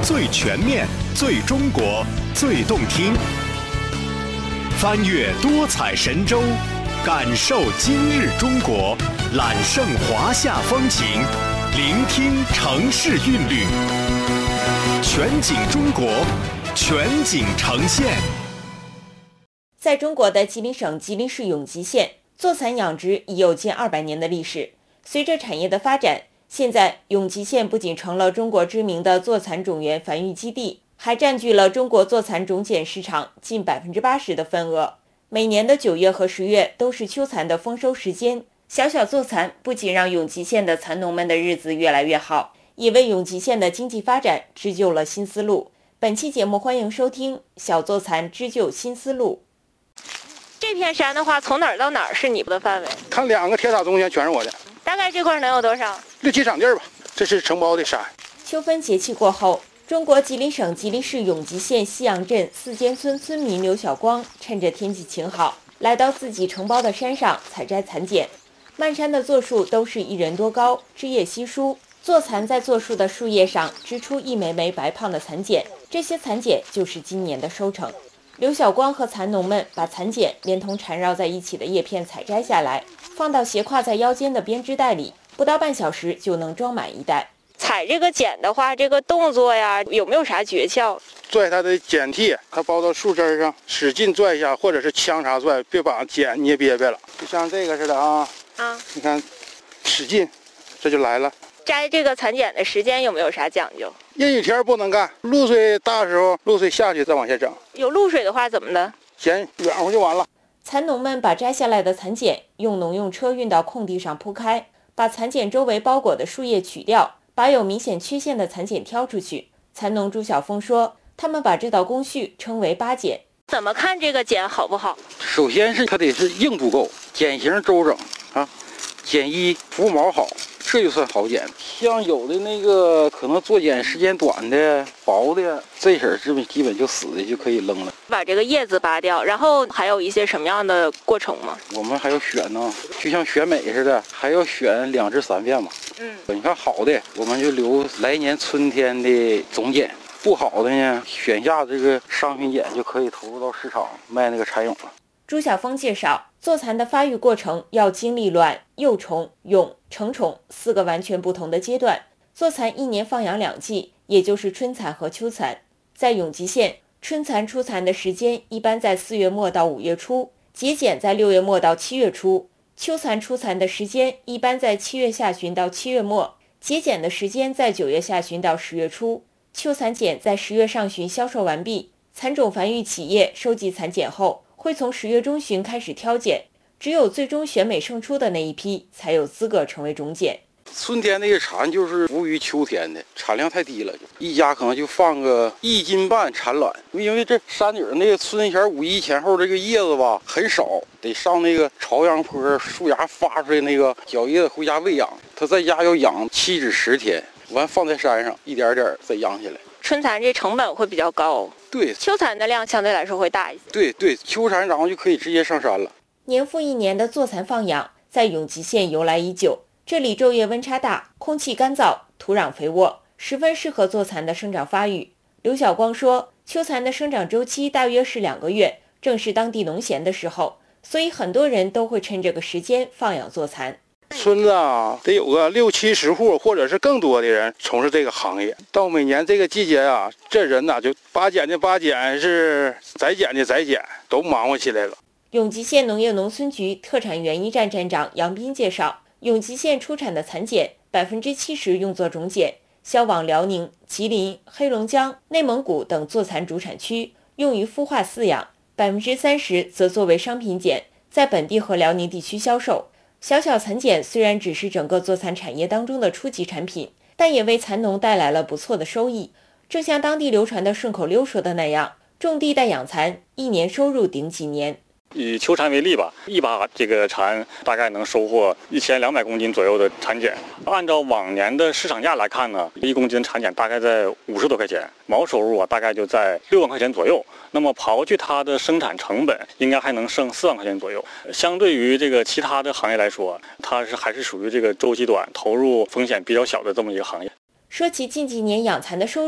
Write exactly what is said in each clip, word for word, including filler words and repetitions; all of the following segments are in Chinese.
最全面、最中国、最动听。翻越多彩神州，感受今日中国，揽胜华夏风情，聆听城市韵律。全景中国，全景呈现。 在中国的吉林省吉林市永吉县，坐蚕养殖已有近二百年的历史。随着产业的发展，现在永吉县不仅成了中国知名的坐蚕种源繁育基地，还占据了中国坐蚕种秸市场近百分之八十的份额。每年的九月和十月都是秋蚕的丰收时间。小小坐蚕不仅让永吉县的蚕农们的日子越来越好，也为永吉县的经济发展织就了新思路。本期节目欢迎收听《小坐蚕织就新思路》。这片山的话，从哪儿到哪儿是你们的范围？ 看两个铁塔中间全是我的。 大概这块能有多少？ 六七场地儿吧。这是承包的山。 秋分节气过后，中国吉林省吉林市永吉县西阳镇四间村村民刘晓光趁着天气晴好，来到自己承包的山上采摘蚕茧。漫山的座树都是一人多高，枝叶稀疏，坐蚕在座树的树叶上织出一枚枚白胖的蚕茧，这些蚕茧就是今年的收成。刘晓光和蚕农们把蚕茧连同缠绕在一起的叶片采摘下来，放到斜挎在腰间的编织袋里，不到半小时就能装满一袋。采这个茧的话，这个动作呀，有没有啥诀窍？ 拽它的茧蒂，它包到树枝上，使劲拽一下，或者是枪插拽，别把茧捏瘪瘪了。就像这个似的啊，啊，你看，使劲，这就来了。 摘这个蚕茧的时间有没有啥讲究？ 阴雨天不能干，露水大的时候，露水下去再往下整。 有露水的话怎么的？ 茧软乎就完了。 蚕农们把摘下来的蚕茧用农用车运到空地上铺开，把蚕茧周围包裹的树叶取掉，把有明显缺陷的蚕茧挑出去。蚕农朱晓峰说，他们把这道工序称为扒茧。怎么看这个茧好不好？ 首先是它得是硬度够，茧型周整啊，茧衣服毛好，这就算好茧。像有的那个可能做茧时间短的、薄的，这身基本基本就死的就可以扔了。 把这个叶子拔掉，然后还有一些什么样的过程吗？ 我们还要选呢，就像选美似的，还要选两至三片嘛。嗯，你看好的，我们就留来年春天的种茧；不好的呢，选下这个商品茧就可以投入到市场卖那个蚕蛹了。 朱晓峰介绍，坐蚕的发育过程要经历卵、幼虫、蛹、成虫四个完全不同的阶段。坐蚕一年放养两季，也就是春蚕和秋蚕。在永吉县，春蚕出蚕的时间一般在四月末到五月初，结茧在六月末到七月初。秋蚕出蚕的时间一般在七月下旬到七月末，结茧的时间在九月下旬到十月初。秋蚕茧在十月上旬销售完毕，蚕种繁育企业收集蚕茧后，会从十月中旬开始挑拣，只有最终选美胜出的那一批才有资格成为种茧。 春天那个蚕就是服务于秋天的，产量太低了，一家可能就放个一斤半产卵。因为这山顶那个春前五一前后这个叶子吧很少，得上那个朝阳坡树芽发出来那个小叶子回家喂养，它在家要养七至十天，完放在山上一点点再养起来。 春蚕这成本会比较高， 对， 秋蚕的量相对来说会大一些。 对对，秋蚕然后就可以直接上山了。 年复一年的坐蚕放养在永吉县由来已久，这里昼夜温差大，空气干燥，土壤肥沃，十分适合坐蚕的生长发育。刘晓光说，秋蚕的生长周期大约是两个月，正是当地农闲的时候，所以很多人都会趁这个时间放养坐蚕。 村子啊，得有个六七十户或者是更多的人从事这个行业。到每年这个季节啊，这人呐、啊、就扒茧的扒茧，是宰茧的宰茧，都忙活起来了。 永吉县农业农村局特产园一站站长杨斌介绍，永吉县出产的蚕茧百分之七十用作种茧，销往辽宁、吉林、黑龙江、内蒙古等坐蚕主产区，用于孵化饲养；百分之三十则作为商品茧，在本地和辽宁地区销售。小小蚕茧虽然只是整个坐蚕产业当中的初级产品，但也为蚕农带来了不错的收益。正像当地流传的顺口溜说的那样，种地带养蚕，一年收入顶几年。 以秋蚕为例吧，一把这个蚕大概能收获一千两百公斤左右的蚕茧。按照往年的市场价来看呢，一公斤蚕茧大概在五十多块钱，毛收入啊大概就在六万块钱左右。那么刨去它的生产成本，应该还能剩四万块钱左右。相对于这个其他的行业来说，它是还是属于这个周期短、投入风险比较小的这么一个行业。 说起近几年养蚕的收入，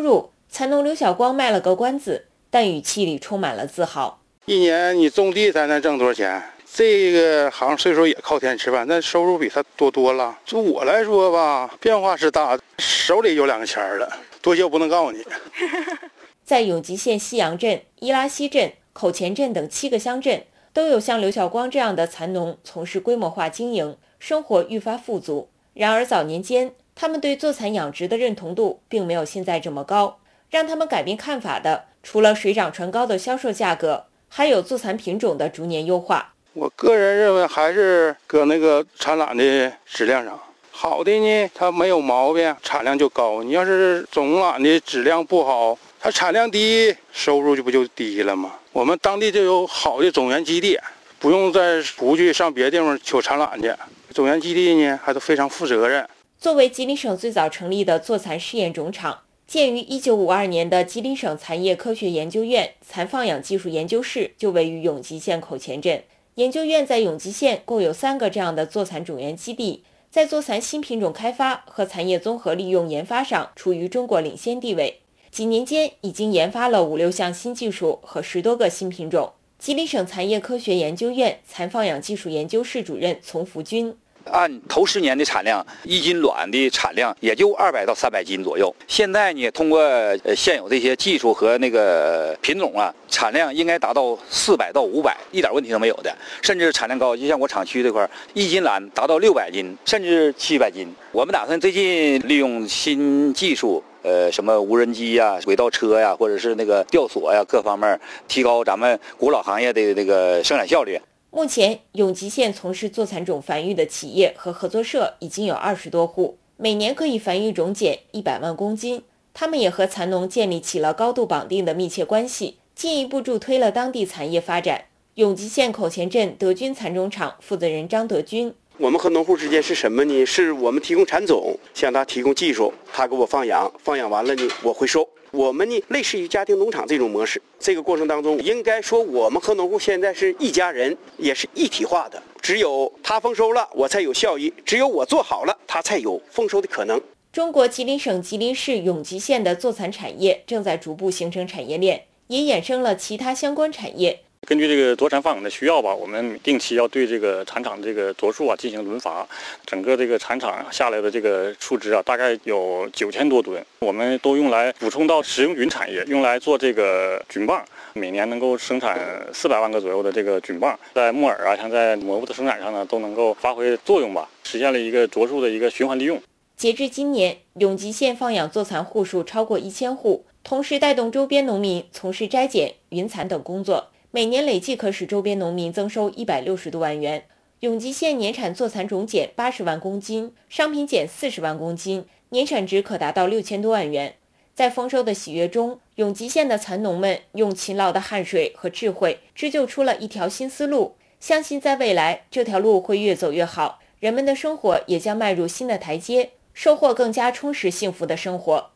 蚕农刘晓光卖了个关子，但语气里充满了自豪。 一年你种地才能挣多少钱？这个行岁数也靠天吃饭，但收入比他多多了。就我来说吧，变化是大，手里有两个钱了，多些我不能告诉你。 在永吉县西阳镇、伊拉西镇、口前镇等七个乡镇，都有像刘晓光这样的蚕农从事规模化经营，生活愈发富足。然而早年间，他们对做蚕养殖的认同度并没有现在这么高。让他们改变看法的，除了水涨船高的销售价格，还有做蚕品种的逐年优化。 我个人认为还是搁那个产卵的质量上，好的呢，它没有毛病，产量就高。你要是种卵的质量不好，它产量低，收入就不就低了吗？我们当地就有好的种源基地，不用再出去上别的地方求产卵去。种源基地呢，还都非常负责任。 作为吉林省最早成立的做蚕试验种场，建于一九五二年的吉林省蚕业科学研究院蚕放养技术研究室就位于永吉县口前镇。研究院在永吉县共有三个这样的做蚕种源基地，在做蚕新品种开发和蚕业综合利用研发上处于中国领先地位。几年间已经研发了五六项新技术和十多个新品种。吉林省蚕业科学研究院蚕放养技术研究室主任丛福军。 按头十年的产量，一斤卵的产量也就二百到三百斤左右。现在呢，通过呃现有这些技术和那个品种啊，产量应该达到四百到五百，一点问题都没有的。甚至产量高，就像我厂区这块，一斤卵达到六百斤，甚至七百斤。我们打算最近利用新技术，呃，什么无人机呀、轨道车呀，或者是那个吊索呀，各方面提高咱们古老行业的这个生产效率。 目前，永吉县从事做蚕种繁育的企业和合作社已经有二十多户，每年可以繁育种茧一百万公斤。他们也和蚕农建立起了高度绑定的密切关系，进一步助推了当地蚕业发展。永吉县口前镇德军蚕种场负责人张德军： 我们和农户之间是什么呢？是我们提供蚕种，向他提供技术，他给我放养，放养完了呢，我回收。我们呢，类似于家庭农场这种模式。这个过程当中，应该说我们和农户现在是一家人，也是一体化的。只有他丰收了，我才有效益；只有我做好了，他才有丰收的可能。 中国吉林省吉林市永吉县的做蚕产业正在逐步形成产业链，也衍生了其他相关产业。 根据这个多产放养的需要吧，我们定期要对这个产场这个着数啊进行轮罚。整个这个产场下来的这个数值啊，大概有九千多吨，我们都用来补充到食用菌产业，用来做这个菌棒，每年能够生产四百万个左右的这个菌棒，在木耳啊，像在蘑菇的生产上呢，都能够发挥作用吧，实现了一个着数的一个循环利用。 截至今年，永吉县放养做蚕户数超过一千户，同时带动周边农民从事摘剪、云蚕等工作。每年累计可使周边农民增收一百六十多万元。永吉县年产做蚕种茧八十万公斤，商品茧四十万公斤，年产值可达到六千多万元。在丰收的喜悦中，永吉县的蚕农们用勤劳的汗水和智慧织就出了一条新思路，相信在未来这条路会越走越好，人们的生活也将迈入新的台阶，收获更加充实幸福的生活。